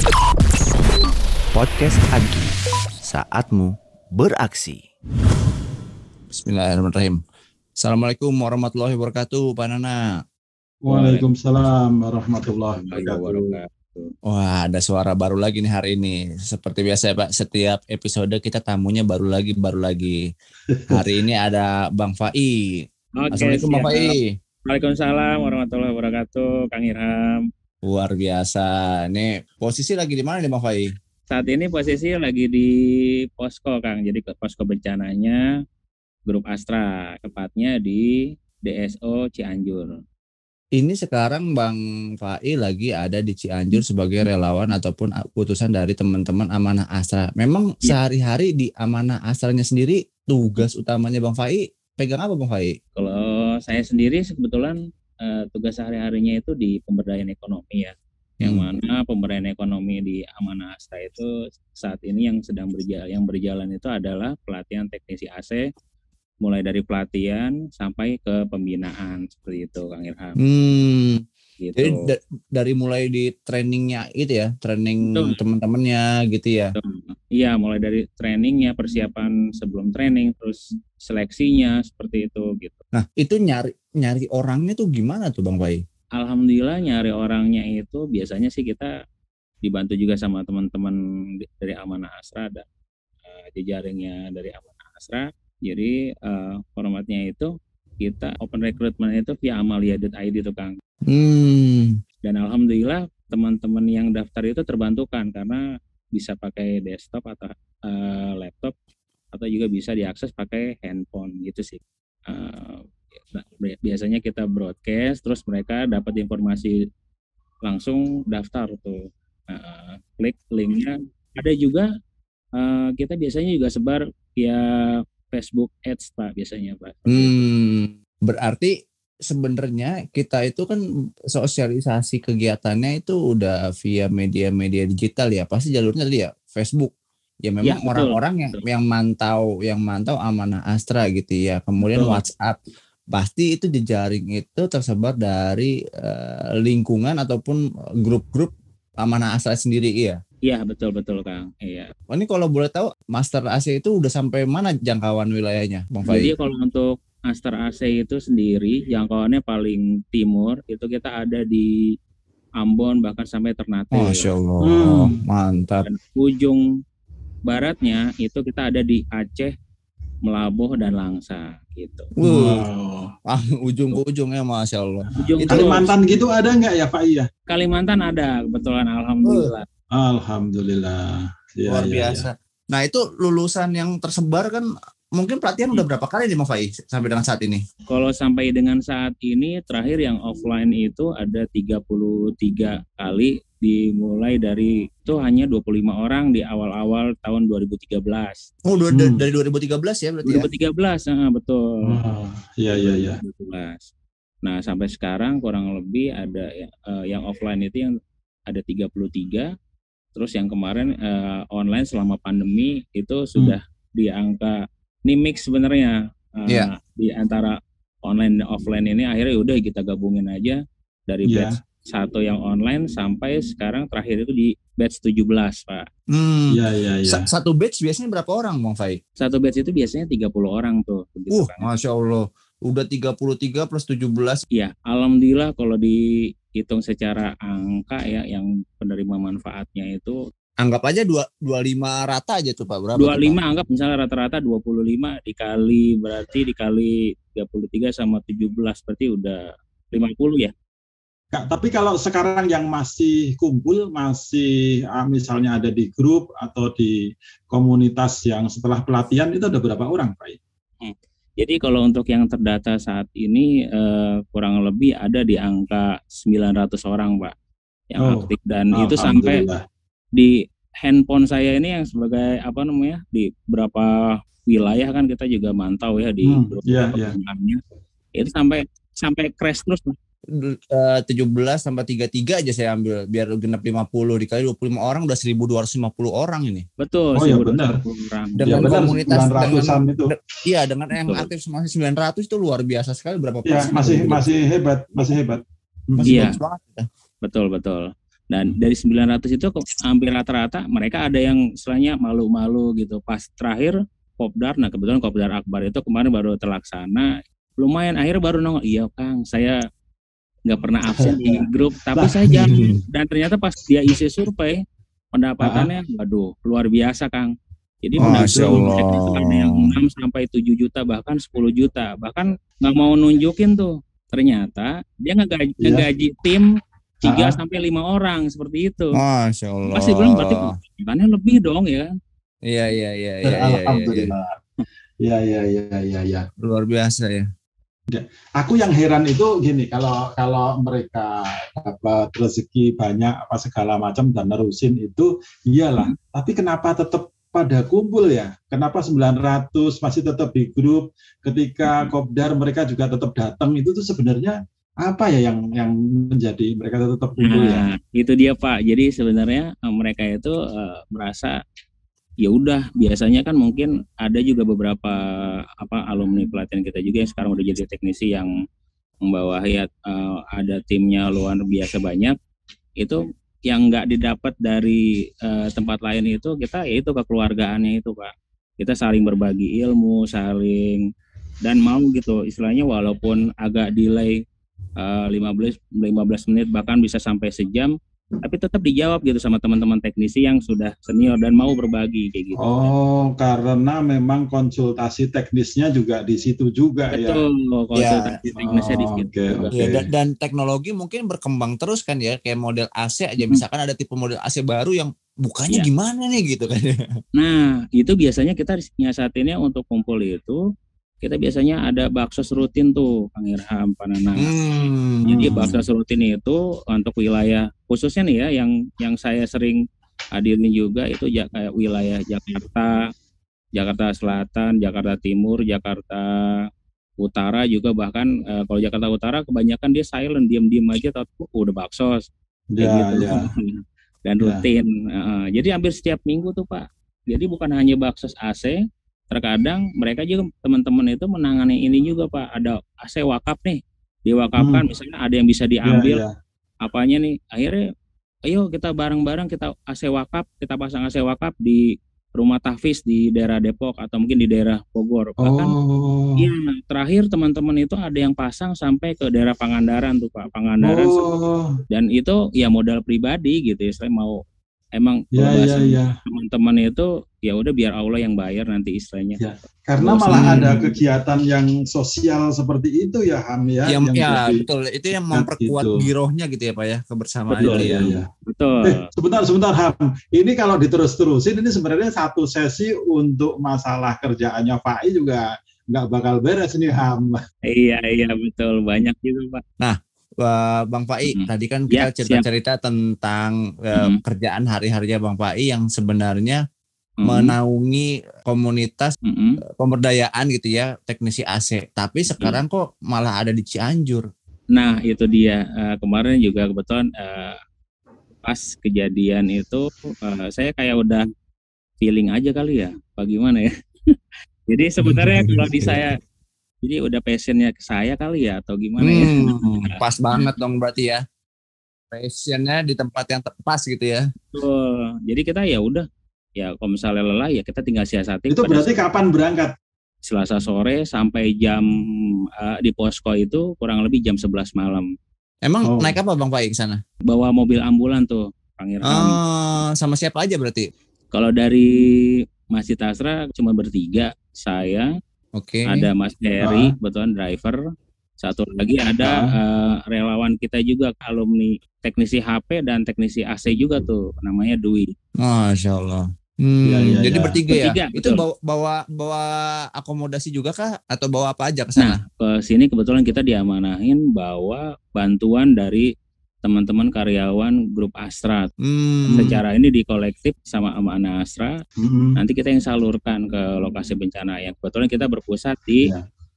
Podcast Agi, saatmu beraksi. Bismillahirrahmanirrahim. Assalamualaikum warahmatullahi wabarakatuh, Pak Nana. Waalaikumsalam warahmatullahi wabarakatuh. Wah, ada suara baru lagi nih hari ini. Seperti biasa ya Pak, setiap episode kita tamunya baru lagi. Hari ini ada Bang Fai. Assalamualaikum Bang Fai. Waalaikumsalam warahmatullahi wabarakatuh, Kang Irham. Luar biasa. Nih, posisi lagi di mana nih Bang Fai? Saat ini posisi lagi di posko, Kang. Jadi ke posko bencananya Grup Astra, tepatnya di DSO Cianjur. Ini sekarang Bang Fai lagi ada di Cianjur sebagai relawan ataupun utusan dari teman-teman Amanah Astra. Memang sehari-hari di Amanah Astranya sendiri tugas utamanya Bang Fai pegang apa Bang Fai? Kalau saya sendiri kebetulan tugas sehari-harinya itu di pemberdayaan ekonomi ya. Yang mana pemberdayaan ekonomi di Amanah Astra itu saat ini yang sedang berjalan itu adalah pelatihan teknisi AC, mulai dari pelatihan sampai ke pembinaan seperti itu, Kang Irham. Gitu. Jadi dari mulai di trainingnya itu ya, training teman-temannya gitu ya. Iya, mulai dari trainingnya, persiapan sebelum training, terus seleksinya seperti itu gitu. Nah, itu nyari orangnya tuh gimana tuh Bang Fai? Alhamdulillah nyari orangnya itu biasanya sih kita dibantu juga sama teman-teman dari Amanah Astra, ada jejaringnya dari Amanah Astra. Jadi formatnya itu kita open recruitment itu via amalia.id tuh Kang. Dan alhamdulillah teman-teman yang daftar itu terbantukan karena bisa pakai desktop atau laptop atau juga bisa diakses pakai handphone gitu sih. Biasanya kita broadcast terus mereka dapat informasi langsung daftar tuh. Klik linknya. Ada juga kita biasanya juga sebar via Facebook Ads Pak biasanya Pak. Berarti sebenarnya kita itu kan sosialisasi kegiatannya itu udah via media-media digital ya. Pasti jalurnya tadi ya Facebook. Ya memang orang-orang yang mantau Amanah Astra gitu ya. Kemudian WhatsApp. Pasti itu jejaring itu tersebar dari lingkungan ataupun grup-grup Amanah Astra sendiri ya. Iya betul Kang. Iya. Oh, ini kalau boleh tahu Master AC itu udah sampai mana jangkauan wilayahnya, Bang Fai? Jadi kalau untuk Master AC itu sendiri jangkauannya paling timur itu kita ada di Ambon bahkan sampai Ternate. Masya Allah, mantap. Dan ujung baratnya itu kita ada di Aceh, Melabuh dan Langsa gitu. Ujung ke ujungnya Masya Allah. Kalimantan gitu ada nggak ya Pak Iya? Kalimantan ada kebetulan alhamdulillah. Alhamdulillah. Luar biasa. Nah itu lulusan yang tersebar kan mungkin pelatihan udah berapa kali nih Mas Fai sampai dengan saat ini? Kalau sampai dengan saat ini terakhir yang offline itu ada 33 kali dimulai dari itu hanya 25 orang di awal-awal tahun 2013. Oh dari 2013 ya berarti 2013 ya? Betul. Iya. 2013. Nah sampai sekarang kurang lebih ada yang offline itu yang ada 33. Terus yang kemarin online selama pandemi itu sudah di angka ini mix sebenarnya di antara online dan offline ini akhirnya udah kita gabungin aja dari batch 1 yang online sampai sekarang terakhir itu di batch 17 Pak. Iya. Satu batch biasanya berapa orang Bang Fai? Satu batch itu biasanya 30 orang tuh. Begitu, Masya Allah. Udah 33 plus 17. Iya, alhamdulillah kalau dihitung secara angka ya yang penerima manfaatnya itu anggap aja 25 rata aja tuh Pak. Berapa 25 tuh, Pak? anggap misalnya rata-rata 25 dikali 33 sama 17 berarti udah 50 ya. Kak, tapi kalau sekarang yang masih kumpul masih misalnya ada di grup atau di komunitas yang setelah pelatihan itu ada berapa orang Pak? Jadi kalau untuk yang terdata saat ini kurang lebih ada di angka 900 orang Pak yang aktif dan itu sampai di handphone saya ini yang sebagai di beberapa wilayah kan kita juga mantau ya di grup perkembangannya itu sampai crash terus 17 tambah 33 aja saya ambil biar genap 50 dikali 25 orang udah 1.250 orang ini. Betul. Oh ya benar. Dengan komunitas itu. Iya dengan yang aktif masih 900 itu luar biasa sekali berapa persen? Masih hebat. Masih bagus banget. Betul. Dan dari 900 itu hampir rata-rata mereka ada yang istilahnya malu-malu gitu. Pas terakhir Kopdar, nah kebetulan Kopdar Akbar itu kemarin baru terlaksana, lumayan akhirnya baru nongol, iya Kang, saya nggak pernah absen di grup, tapi saya jamin. Dan ternyata pas dia isi survei, pendapatannya, waduh, luar biasa Kang. Jadi Masya mereka itu Allah. ada yang 6 sampai 7 juta, bahkan 10 juta, bahkan nggak mau nunjukin tuh. Ternyata dia ngegaji tim 3 sampai 5 orang seperti itu. Masya Allah. Pasti bilang berarti pendapatannya lebih dong ya. Iya. Alhamdulillah. Ya. Luar biasa ya. Aku yang heran itu gini, kalau mereka dapat rezeki banyak apa segala macam dan nerusin itu iyalah. Tapi kenapa tetap pada kumpul ya? Kenapa 900 masih tetap di grup? Ketika Kopdar mereka juga tetap datang, itu tuh sebenarnya apa ya yang menjadi mereka tetap kumpul ya? Itu dia Pak. Jadi sebenarnya mereka itu merasa ya udah, biasanya kan mungkin ada juga beberapa alumni pelatihan kita juga yang sekarang udah jadi teknisi yang membawahi ada timnya luar biasa banyak. Itu yang nggak didapat dari tempat lain itu kita yaitu kekeluargaannya itu Pak. Kita saling berbagi ilmu, saling dan mau gitu istilahnya walaupun agak delay 15 menit bahkan bisa sampai sejam, tapi tetap dijawab gitu sama teman-teman teknisi yang sudah senior dan mau berbagi kayak gitu. Oh, karena memang konsultasi teknisnya juga di situ juga. Betul, ya. konsultasi teknisnya di situ. Okay. Ya, dan teknologi mungkin berkembang terus kan ya, kayak model AC aja, misalkan ada tipe model AC baru yang bukannya gimana nih gitu kan. Nah, itu biasanya kita nyiasatinnya untuk kumpul itu, kita biasanya ada baksos rutin tuh, Kang Irham, Pak Nana. Jadi baksos rutin itu untuk wilayah khususnya nih ya, yang saya sering hadirin juga itu kayak wilayah Jakarta, Jakarta Selatan, Jakarta Timur, Jakarta Utara juga, bahkan kalau Jakarta Utara kebanyakan dia silent, diam-diam aja, tapi udah baksos kayak gitu. Dan rutin. Jadi hampir setiap minggu tuh Pak. Jadi bukan hanya baksos AC. Terkadang mereka juga teman-teman itu menangani ini juga Pak, ada AC wakaf nih, diwakafkan misalnya ada yang bisa diambil apanya nih, akhirnya ayo kita bareng-bareng kita AC wakaf, kita pasang AC wakaf di rumah tahfiz di daerah Depok atau mungkin di daerah Bogor. Bahkan terakhir teman-teman itu ada yang pasang sampai ke daerah Pangandaran tuh Pak, Pangandaran. Dan itu ya modal pribadi gitu ya, saya mau emang teman-teman itu ya udah biar Allah yang bayar nanti istilahnya. Karena malah ada kegiatan yang sosial seperti itu ya Ham ya. Betul, itu yang memperkuat girohnya gitu ya Pak ya, kebersamaan. Betul. Sebentar Ham. Ini kalau diterus-terusin ini sebenarnya satu sesi untuk masalah kerjaannya Fai juga nggak bakal beres nih Ham. Iya betul, banyak juga Pak. Nah, Bang Fai, tadi kan kita cerita-cerita tentang kerjaan hari-harinya Bang Fai yang sebenarnya menaungi komunitas pemberdayaan gitu ya, teknisi AC. Tapi sekarang kok malah ada di Cianjur. Nah, itu dia. Kemarin juga kebetulan pas kejadian itu saya kayak udah feeling aja kali ya, bagaimana ya. Jadi sebenarnya kalau di saya jadi udah passionnya ke saya kali ya atau gimana ya. Pas banget dong berarti ya. Passionnya di tempat yang tepat gitu ya. Betul. Jadi kita ya udah ya kalau misalnya lelah ya kita tinggal siasati. Itu berarti kapan berangkat? Selasa sore sampai jam di posko itu kurang lebih jam 11 malam. Emang naik apa Bang Fai ke sana? Bawa mobil ambulan tuh, Kang Irham. Sama siapa aja berarti? Kalau dari Masjid Asra cuma bertiga, saya, ada Mas Heri, kebetulan driver. Satu lagi ada relawan kita juga, alumni teknisi HP dan teknisi AC juga tuh, namanya Dwi. Masya Allah. Jadi bertiga ya? Betul. Itu bawa akomodasi juga kah? Atau bawa apa aja ke sana? Nah, ke sini kebetulan kita diamanahin bawa bantuan dari teman-teman karyawan grup Astra. Secara ini dikolektif sama Amanah Astra. Nanti kita yang salurkan ke lokasi bencana. Yang kebetulan kita berpusat di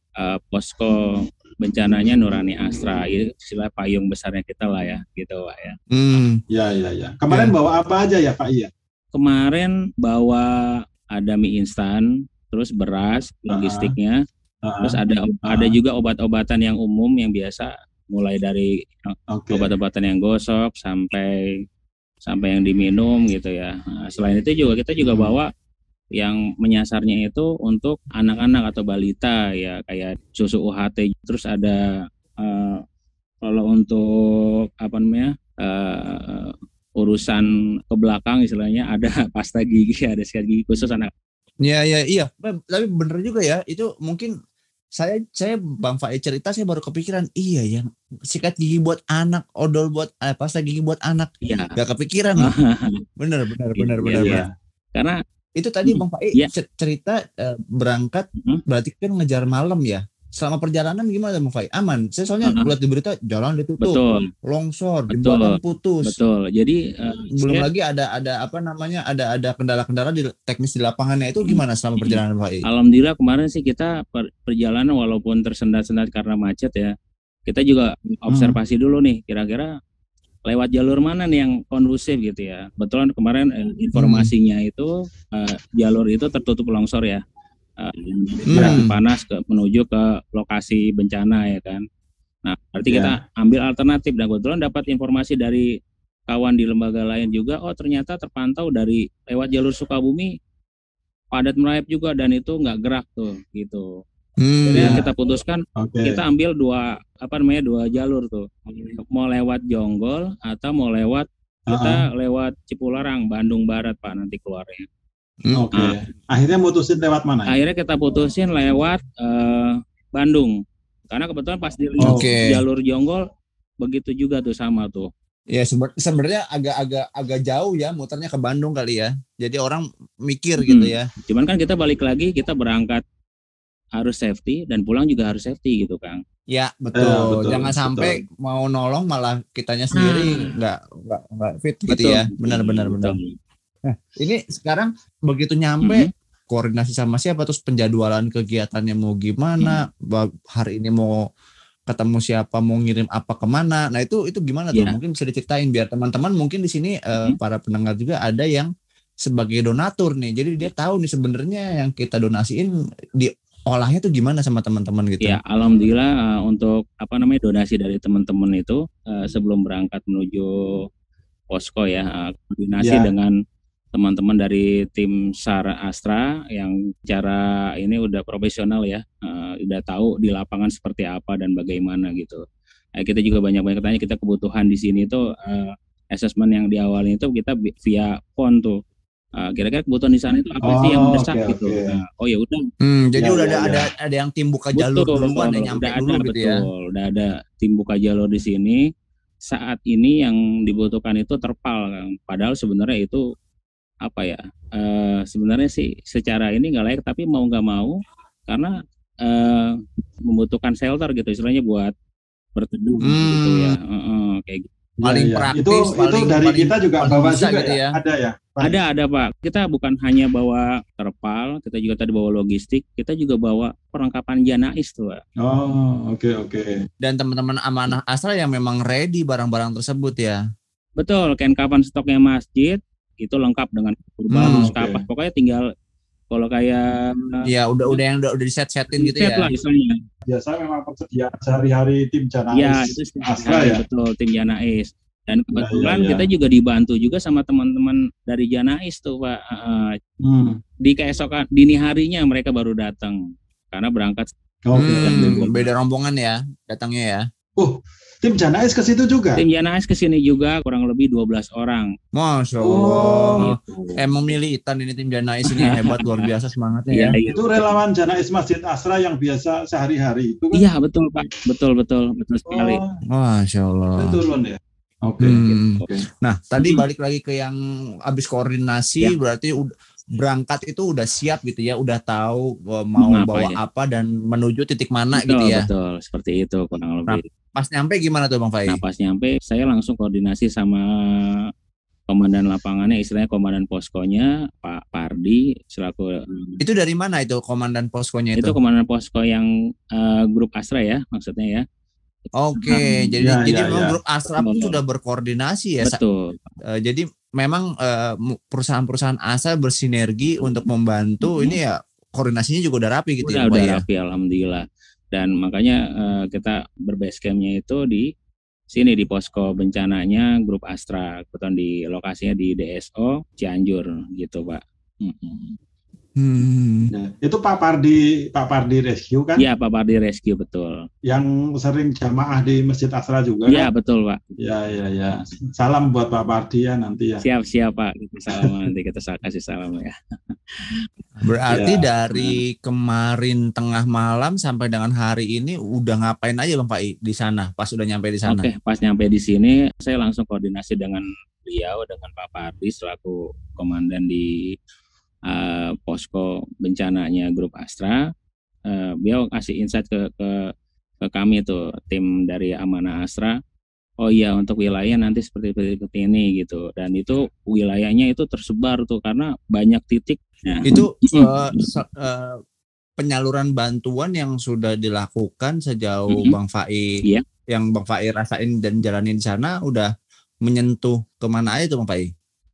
posko bencananya Nurani Astra. Itu istilah payung besarnya kita lah ya, gitu Pak ya. Ya. Kemarin bawa apa aja ya Pak Iya? Kemarin bawa ada mie instan, terus beras, logistiknya, terus ada juga obat-obatan yang umum yang biasa, mulai dari obat-obatan yang gosok sampai sampai yang diminum gitu ya. Nah, selain itu juga kita juga bawa yang menyasarnya itu untuk anak-anak atau balita ya, kayak susu UHT. Terus ada kalau untuk apa namanya urusan ke belakang istilahnya ada pasta gigi, ada sikat gigi khusus anak. Iya. Tapi bener juga ya, itu mungkin saya Bang Faiz cerita saya baru kepikiran, iya ya, sikat gigi buat anak, odol buat pasta gigi buat anak. Iya. Gak kepikiran. Bener. Iya. Karena itu tadi Bang Faiz cerita berangkat berarti kan ngejar malam ya. Selama perjalanan gimana Bang Faiz? Aman. Saya soalnya lihat di berita jalan ditutup, longsor, jembatan putus. Betul. Jadi belum lagi ada apa namanya, ada kendala-kendala di teknis di lapangannya. Itu gimana selama perjalanan Bang Faiz? Alhamdulillah kemarin sih kita perjalanan walaupun tersendat-sendat karena macet ya, kita juga observasi dulu nih kira-kira lewat jalur mana nih yang kondusif gitu ya. Betulan kemarin informasinya itu jalur itu tertutup longsor ya. Panas menuju ke lokasi bencana ya kan. Nah, berarti kita ambil alternatif, dan kebetulan dapat informasi dari kawan di lembaga lain juga, oh ternyata terpantau dari lewat jalur Sukabumi padat merayap juga dan itu nggak gerak tuh gitu. Jadi kita putuskan kita ambil dua jalur tuh, mau lewat Jonggol atau mau lewat kita lewat Cipularang, Bandung Barat Pak nanti keluarnya. Akhirnya mutusin lewat mana? Akhirnya kita putusin lewat Bandung, karena kebetulan pas di jalur Jonggol begitu juga tuh sama tuh. Ya sebenarnya agak jauh ya, muternya ke Bandung kali ya. Jadi orang mikir gitu ya. Cuman kan kita balik lagi, kita berangkat harus safety dan pulang juga harus safety gitu Kang. Ya betul. Jangan sampai mau nolong malah kitanya sendiri nggak fit gitu ya. Benar. Nah, ini sekarang begitu nyampe koordinasi sama siapa, terus penjadwalan kegiatannya mau gimana, hari ini mau ketemu siapa, mau ngirim apa kemana. Nah itu gimana tuh? Mungkin bisa diceritain biar teman-teman mungkin di sini para pendengar juga ada yang sebagai donatur nih. Jadi dia tahu nih sebenarnya yang kita donasiin diolahnya tuh gimana sama teman-teman gitu. Ya, alhamdulillah untuk donasi dari teman-teman itu sebelum berangkat menuju posko ya, koordinasi dengan teman-teman dari tim SAR Astra yang cara ini udah profesional ya, udah tahu di lapangan seperti apa dan bagaimana gitu. Kita juga banyak tanya, kita kebutuhan di sini tuh assessment yang di awalnya itu kita via phone tuh. Kira-kira kebutuhan di sana itu apa sih yang mendesak gitu. Nah, ya udah. Jadi udah ada yang tim buka jalur duluan yang nyampe dulu gitu ya. Udah ada tim buka jalur di sini. Saat ini yang dibutuhkan itu terpal, Kang. Padahal sebenarnya itu sebenarnya sih secara ini nggak layak, tapi mau nggak mau karena membutuhkan shelter gitu istilahnya buat berteduh gitu ya, kayak gitu. Paling praktis itu dari kita juga bawa juga gitu ya. Ada Pak, kita bukan hanya bawa terpal, kita juga tadi bawa logistik, kita juga bawa perlengkapan janais tuh Pak. Oke. Dan teman-teman Amanah Asra yang memang ready barang-barang tersebut ya. Betul, kapan stoknya masjid itu lengkap dengan kurban, kapas, pokoknya tinggal kalau kayak udah di set-setin gitu ya. Lah istilahnya. Biasa memang persediaan sehari-hari tim Janais. Ya, itu betul tim Janais. Dan kebetulan kita juga dibantu juga sama teman-teman dari Janais tuh Pak. Di keesokan dini harinya mereka baru datang karena berangkat. Beda rombongan ya datangnya ya. Tim Janais ke situ juga? Tim Janais ke sini juga, kurang lebih 12 orang. Masya Allah. Emang militan ini tim Janais ini hebat, luar biasa semangatnya ya. Itu relawan Janais Masjid Asra yang biasa sehari-hari itu kan? Iya betul Pak, betul sekali. Masya Allah. Turun ya. Oke. Nah tadi balik lagi ke yang habis koordinasi, berarti berangkat itu udah siap gitu ya, udah tahu mau bawa apa dan menuju titik mana gitu ya. Betul, seperti itu kurang lebih. Pas nyampe gimana tuh Bang Faiz? Nah pas nyampe saya langsung koordinasi sama komandan lapangannya, istilahnya komandan poskonya Pak Pardi selaku. Itu dari mana itu komandan poskonya itu? Itu komandan posko yang grup Astra ya maksudnya ya. Oke, jadi memang grup Astra pun sudah berkoordinasi ya. Betul. Jadi memang perusahaan-perusahaan Astra bersinergi untuk membantu ini ya, koordinasinya juga udah rapi gitu udah rapi alhamdulillah. Dan makanya kita berbase campnya itu di sini di posko bencananya Grup Astra, kebetulan di lokasinya di DSO Cianjur gitu Pak. Nah, itu Pak Pardi Rescue kan? Iya, Pak Pardi Rescue betul. Yang sering jamaah di Masjid Asra juga Iya, kan? betul Pak. Ya. Salam buat Pak Pardi ya nanti ya. Siap Pak. Salam nanti kita kasih salam ya. Berarti dari kemarin tengah malam sampai dengan hari ini udah ngapain aja Bang Pai di sana pas udah nyampe di sana? Oke, pas nyampe di sini saya langsung koordinasi dengan beliau, dengan Pak Pardi selaku komandan di posko bencananya Grup Astra. Beliau kasih insight ke kami tuh tim dari Amanah Astra. Oh iya, untuk wilayah nanti seperti ini gitu, dan itu wilayahnya itu tersebar tuh karena banyak titik. Nah, itu penyaluran bantuan yang sudah dilakukan sejauh Bang Fai, yang Bang Fai rasain dan jalanin di sana udah menyentuh kemana aja tuh Bang Fai?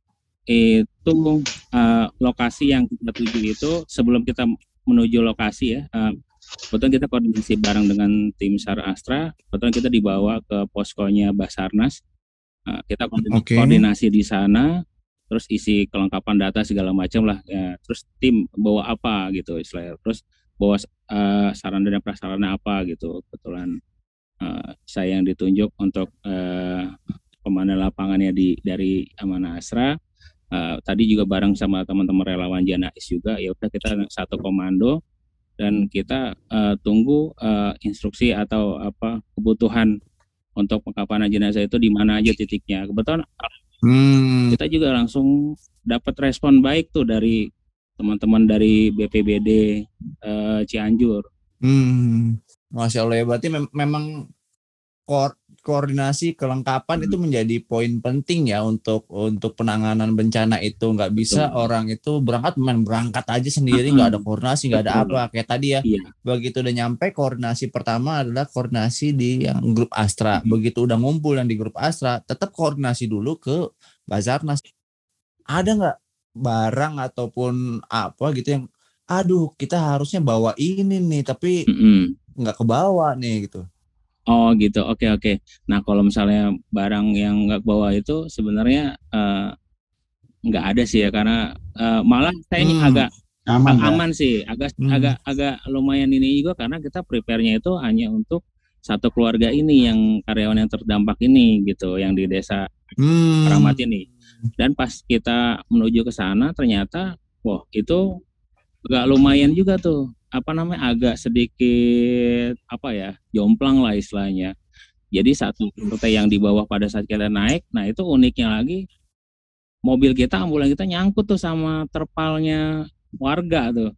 Itu lokasi yang kita tuju itu sebelum kita menuju lokasi ya, kebetulan kita koordinasi bareng dengan tim SAR Astra, kebetulan kita dibawa ke poskonya Basarnas, kita koordinasi di sana, terus isi kelengkapan data segala macam lah, ya. Terus tim bawa apa gitu istilahnya, terus bawa sarana dan prasarana apa gitu, kebetulan saya yang ditunjuk untuk komandan lapangannya dari Amanah Asra. Tadi juga bareng sama teman-teman relawan Janais juga, ya udah kita satu komando dan kita tunggu instruksi atau apa kebutuhan untuk pengkapanan jenazah itu di mana aja titiknya. Kebetulan kita juga langsung dapat respon baik tuh dari teman-teman dari BPBD Cianjur. Masya Allah ya, berarti memang koordinasi kelengkapan itu menjadi poin penting ya untuk penanganan bencana itu. Nggak bisa orang itu berangkat aja sendiri, nggak ada koordinasi, nggak ada apa kayak tadi ya. Begitu udah nyampe, koordinasi pertama adalah koordinasi di yang Grup Astra. Begitu udah ngumpul yang di Grup Astra, tetap koordinasi dulu ke Basarnas. Ada nggak barang ataupun apa gitu yang aduh kita harusnya bawa ini nih tapi nggak kebawa nih gitu? Oh gitu, oke. Nah kalau misalnya barang yang nggak bawa itu sebenarnya nggak ada sih ya, karena malah saya agak aman sih, agak lumayan ini juga karena kita prepare-nya itu hanya untuk satu keluarga ini yang karyawan yang terdampak ini gitu, yang di desa Karamat ini. Dan pas kita menuju ke sana ternyata, wah itu agak lumayan juga tuh. Agak sedikit jomplang lah istilahnya. Jadi satu rute yang di bawah pada saat kita naik, nah itu uniknya lagi mobil kita, ambulan kita nyangkut tuh sama terpalnya warga tuh.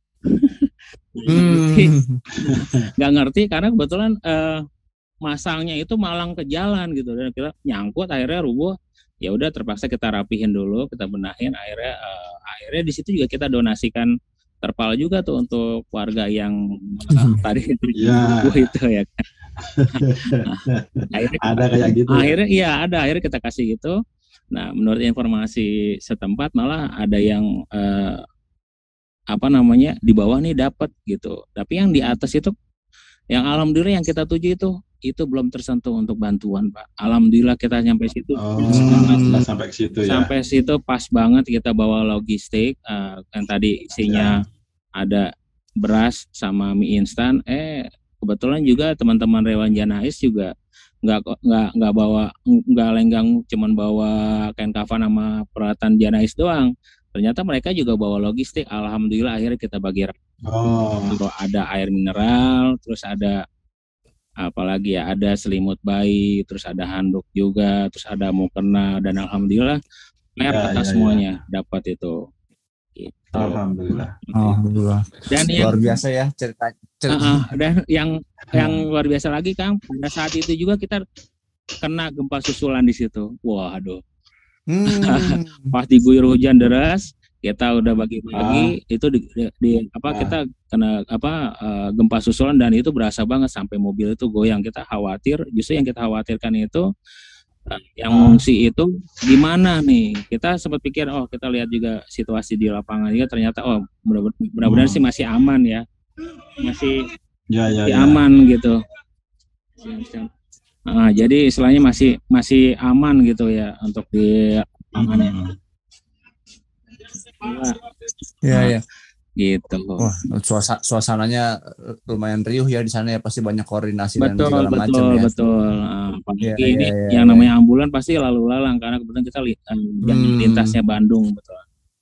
Nggak ngerti karena kebetulan masangnya itu malang ke jalan gitu, dan kita nyangkut akhirnya rubuh. Ya udah terpaksa kita rapihin dulu, kita benahin, akhirnya di situ juga kita donasikan terpal juga tuh untuk warga yang tadi itu ya kan. Ada kayak gitu. Akhirnya kita kasih gitu. Nah, menurut informasi setempat malah ada yang di bawah nih dapat gitu. Tapi yang di atas itu, yang alhamdulillah yang kita tuju itu belum tersentuh untuk bantuan, Pak. Alhamdulillah kita sampai situ. Sampai situ ya. Sampai situ pas banget kita bawa logistik, yang tadi isinya ada beras sama mie instan. Kebetulan juga teman-teman relawan Janais juga nggak lenggang cuman bawa kain kafan sama peralatan Janais doang. Ternyata mereka juga bawa logistik. Alhamdulillah akhirnya kita bagi. Ada air mineral, terus ada apalagi ya, ada selimut bayi, terus ada handuk juga, terus ada mukena, dan alhamdulillah merata semuanya dapat itu. Gitu. Alhamdulillah. Dan luar biasa ya cerita. Dan yang luar biasa lagi Kang, pada saat itu juga kita kena gempa susulan di situ. Waduh. Pas diguyur hujan deras, kita udah bagi-bagi itu kita kena gempa susulan, dan itu berasa banget sampai mobil itu goyang. Kita khawatir, justru yang kita khawatirkan itu yang mengungsi itu gimana nih. Kita sempat pikir kita lihat juga situasi di lapangan juga, ternyata benar-benar sih masih aman ya. Masih aman gitu. Jadi istilahnya masih aman gitu ya untuk di lapangannya. Iya. Gitu. Wah, suasananya lumayan riuh ya di sana ya, pasti banyak koordinasi dan Betul, segala macam ya. betul. Apalagi Iya, ini iya. yang namanya ambulan pasti lalu lalang karena kebetulan kita jalan lintasnya Bandung, betul.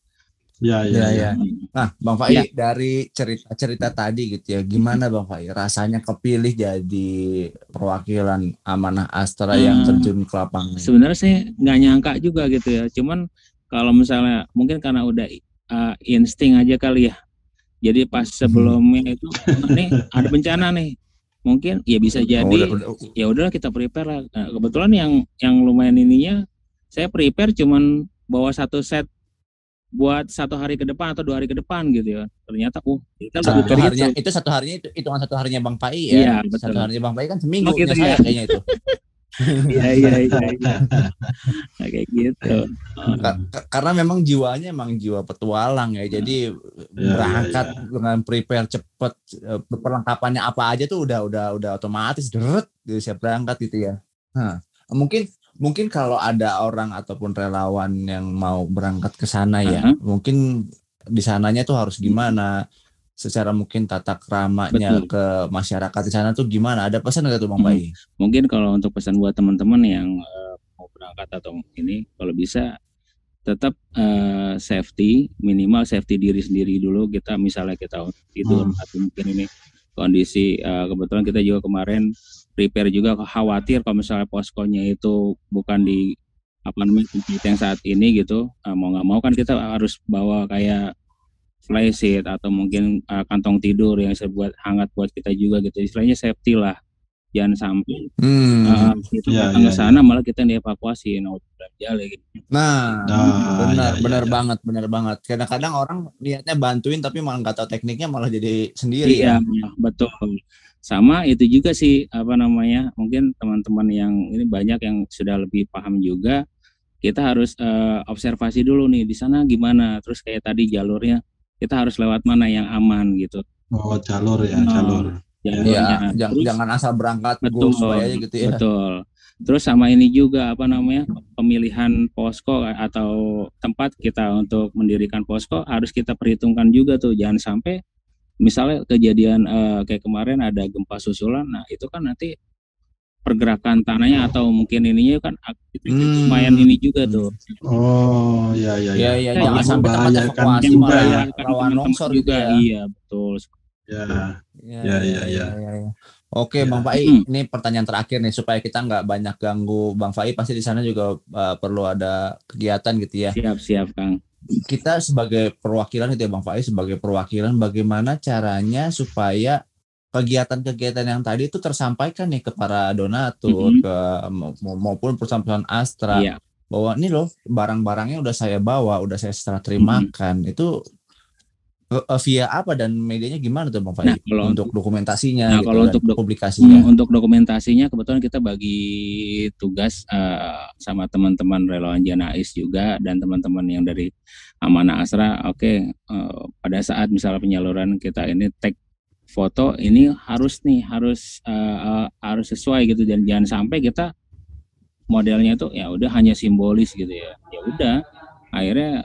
Iya. Nah, Bang Fai, Ya. dari cerita tadi gitu ya, gimana Bang Fai rasanya kepilih jadi perwakilan Amanah Astra yang terjun ke lapangan? Sebenarnya saya nggak nyangka juga gitu ya. Cuman kalau misalnya mungkin karena udah insting aja kali ya. Jadi pas sebelumnya itu nih ada bencana nih. Mungkin ya bisa jadi ya udahlah kita prepare lah. Nah, kebetulan yang lumayan ininya saya prepare cuman bawa satu set buat 1 hari ke depan atau 2 hari ke depan gitu ya. Ternyata kita satu harinya itu hitungan 1 harinya Bang Pai ya. Iya, betul. 1 harinya Bang Pai kan seminggu gitu saya kayaknya itu. Iya. Nah, kayak gitu. Karena memang jiwanya emang jiwa petualang ya. Jadi berangkat dengan prepare cepet, perlengkapannya apa aja tuh udah otomatis deret gitu, siap berangkat gitu ya. Nah, mungkin kalau ada orang ataupun relawan yang mau berangkat ke sana ya, mungkin di sananya tuh harus gimana? Secara mungkin tata keramanya ke masyarakat di sana tuh gimana? Ada pesan nggak tuh Bang Pai? Mungkin kalau untuk pesan buat teman-teman yang mau berangkat atau ini, kalau bisa tetap safety, minimal safety diri sendiri dulu. Kita misalnya kita tidur atau mungkin ini kondisi kebetulan kita juga kemarin prepare juga, khawatir kalau misalnya poskonya itu bukan di tempat yang saat ini gitu, mau nggak mau kan kita harus bawa kayak flysheet atau mungkin kantong tidur yang buat hangat buat kita juga gitu, istilahnya safety lah, jangan sampai kita datang ke sana malah kita dievakuasi gitu. Benar banget. Kadang-kadang orang niatnya bantuin tapi malah nggak tahu tekniknya, malah jadi sendiri ya. Betul. Sama itu juga sih mungkin teman-teman yang ini banyak yang sudah lebih paham juga, kita harus observasi dulu nih di sana gimana, terus kayak tadi jalurnya kita harus lewat mana yang aman gitu. Jalur. Jalurnya. Jangan asal berangkat supaya aja gitu ya. Betul. Terus sama ini juga pemilihan posko atau tempat kita untuk mendirikan posko harus kita perhitungkan juga tuh, jangan sampai misalnya kejadian kayak kemarin ada gempa susulan, nah itu kan nanti pergerakan tanahnya atau mungkin ininya kan lumayan ini juga tuh. Iya. Jangan sampai tempat evakuasi malah rawan longsor juga. Iya, betul. Iya. Oke, Bang Fai, ini pertanyaan terakhir nih supaya kita nggak banyak ganggu Bang Fai, pasti di sana juga perlu ada kegiatan gitu ya. Siap, Kang. Kita sebagai perwakilan itu ya Bang Fai, sebagai perwakilan bagaimana caranya supaya kegiatan-kegiatan yang tadi itu tersampaikan nih ke para donatur, maupun perusahaan-perusahaan Astra, bahwa ini loh barang-barangnya udah saya bawa, udah saya serah terimakan. Itu via apa dan medianya gimana tuh Bang Fai? Untuk dokumentasinya gitu, untuk publikasinya. Untuk dokumentasinya kebetulan kita bagi tugas sama teman-teman relawan Janais juga dan teman-teman yang dari Amanah Astra. Pada saat misalnya penyaluran kita ini tag foto ini harus sesuai gitu, dan jangan sampai kita modelnya itu ya udah hanya simbolis gitu ya. Ya udah akhirnya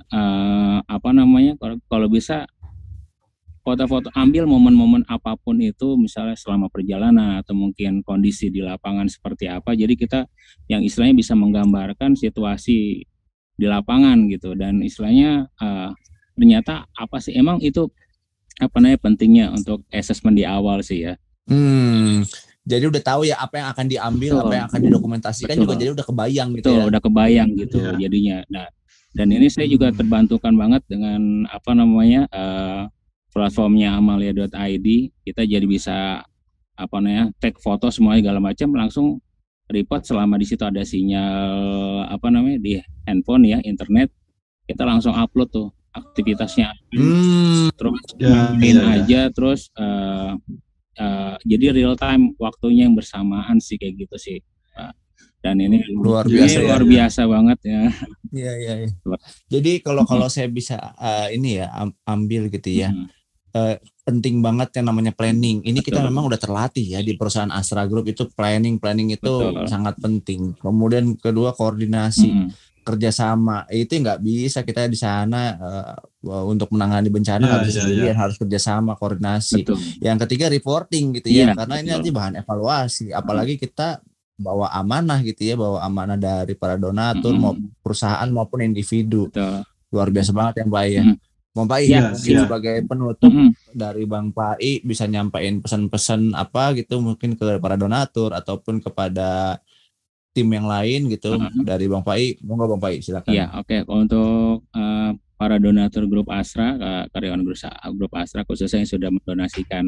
kalau bisa foto-foto, ambil momen-momen apapun itu, misalnya selama perjalanan atau mungkin kondisi di lapangan seperti apa, jadi kita yang istilahnya bisa menggambarkan situasi di lapangan gitu, dan istilahnya ternyata apa sih emang itu pentingnya untuk assessment di awal sih ya. Jadi udah tahu ya apa yang akan diambil, apa yang akan didokumentasikan juga, jadi udah kebayang gitu ya. Udah kebayang gitu jadinya. Nah, dan ini saya juga terbantukan banget dengan platformnya amalia.id. Kita jadi bisa tag foto semuanya segala macam, langsung report selama di situ ada sinyal di handphone ya, internet, kita langsung upload tuh aktivitasnya. Terus aja terus jadi real time, waktunya yang bersamaan sih, kayak gitu sih. Dan ini luar biasa banget ya. Iya. Jadi kalau saya bisa ambil gitu ya. penting banget yang namanya planning. Ini kita Betul. memang udah terlatih ya di perusahaan Astra Group itu planning itu Betul. sangat penting. Kemudian kedua koordinasi, Mm-mm. kerjasama itu nggak bisa kita di sana untuk menangani bencana nggak bisa sendirian, harus kerjasama, koordinasi. Betul. Yang ketiga reporting gitu ya, Iya, karena ini betul. nanti bahan evaluasi. Apalagi kita bawa amanah gitu ya, bawa amanah dari para donatur, mau perusahaan maupun individu. Betul. Luar biasa banget ya Pak ya. Bang Pai, Iya, mungkin iya. sebagai penutup Mm-mm. dari Bang Pai bisa nyampain pesan-pesan apa gitu mungkin ke para donatur ataupun kepada tim yang lain gitu dari Bang Pai. Monggo Bang Pai, silakan. Iya, oke. Untuk para donatur grup Astra, karyawan grup Astra khususnya yang sudah mendonasikan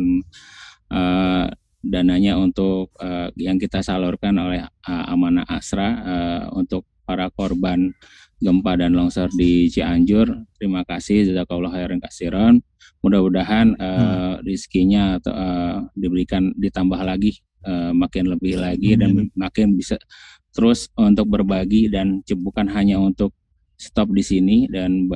dananya untuk yang kita salurkan oleh Amanah Asra untuk para korban gempa dan longsor di Cianjur. Terima kasih, jazakallahu khairan katsiran. Mudah-mudahan rezekinya diberikan ditambah lagi, makin lebih lagi dan makin bisa terus untuk berbagi dan bukan hanya untuk stop di sini dan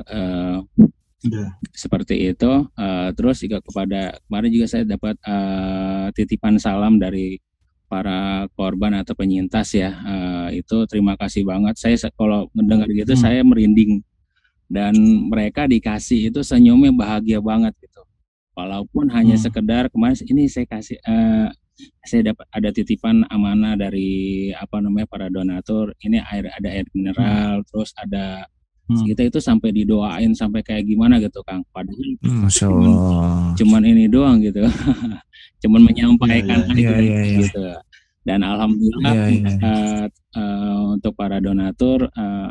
seperti itu. Terus juga kemarin juga saya dapat titipan salam dari para korban atau penyintas ya. Itu terima kasih banget. Saya kalau mendengar gitu saya merinding, dan mereka dikasih itu senyumnya bahagia banget gitu. Walaupun hanya sekedar kemarin ini saya kasih saya dapat ada titipan amanah dari para donatur. Ini ada air mineral, terus ada kita itu sampai didoain sampai kayak gimana gitu Kang. Padahal Masya Allah. cuman ini doang gitu. Cuman menyampaikan gitu. Dan alhamdulillah untuk para donatur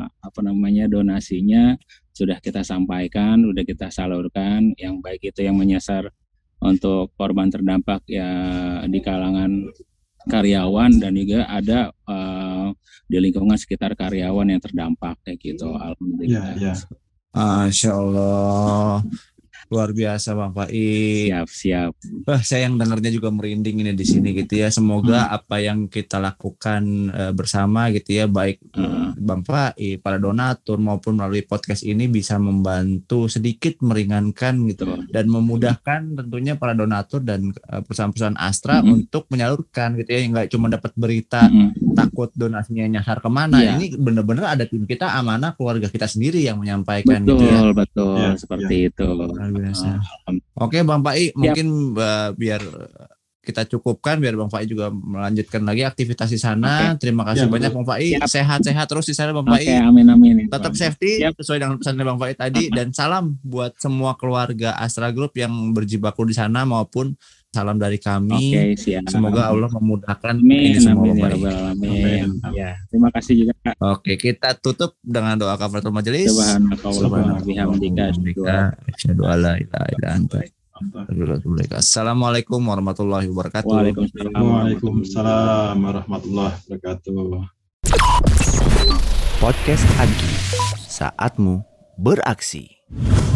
donasinya sudah kita sampaikan, sudah kita salurkan, yang baik itu yang menyasar untuk korban terdampak ya di kalangan karyawan dan juga ada di lingkungan sekitar karyawan yang terdampak kayak gitu. Alhamdulillah. Masya Allah. Luar biasa Bang Pai. Siap. Saya yang dengarnya juga merinding ini di sini gitu ya. Semoga apa yang kita lakukan bersama gitu ya, baik Bang Pai, para donatur maupun melalui podcast ini bisa membantu sedikit meringankan gitu dan memudahkan tentunya para donatur dan perusahaan-perusahaan Astra untuk menyalurkan gitu ya, nggak cuma dapat berita takut donasinya nyasar kemana. Ini benar-benar ada tim kita Amanah, keluarga kita sendiri yang menyampaikan gitu ya. Betul seperti itu. Oke Bang Pai, mungkin biar kita cukupkan, biar Bang Pai juga melanjutkan lagi aktivitas di sana. Terima kasih banyak Bang Pai. Sehat-sehat terus di sana Bang Pai. Amin. Tetap safety sesuai dengan pesan Bang Pai tadi, dan salam buat semua keluarga Astra Group yang berjibaku di sana maupun salam dari kami. Semoga Allah memudahkan ini semua Bang Pai. Amin. Ya, terima kasih juga Kak. Oke, kita tutup dengan doa kafaratul majelis. Subhanallah bihamdika asyhadu alla ilaha illa anta. Assalamualaikum warahmatullahi wabarakatuh. Waalaikumsalam warahmatullahi wabarakatuh. Podcast Agi, saatmu beraksi.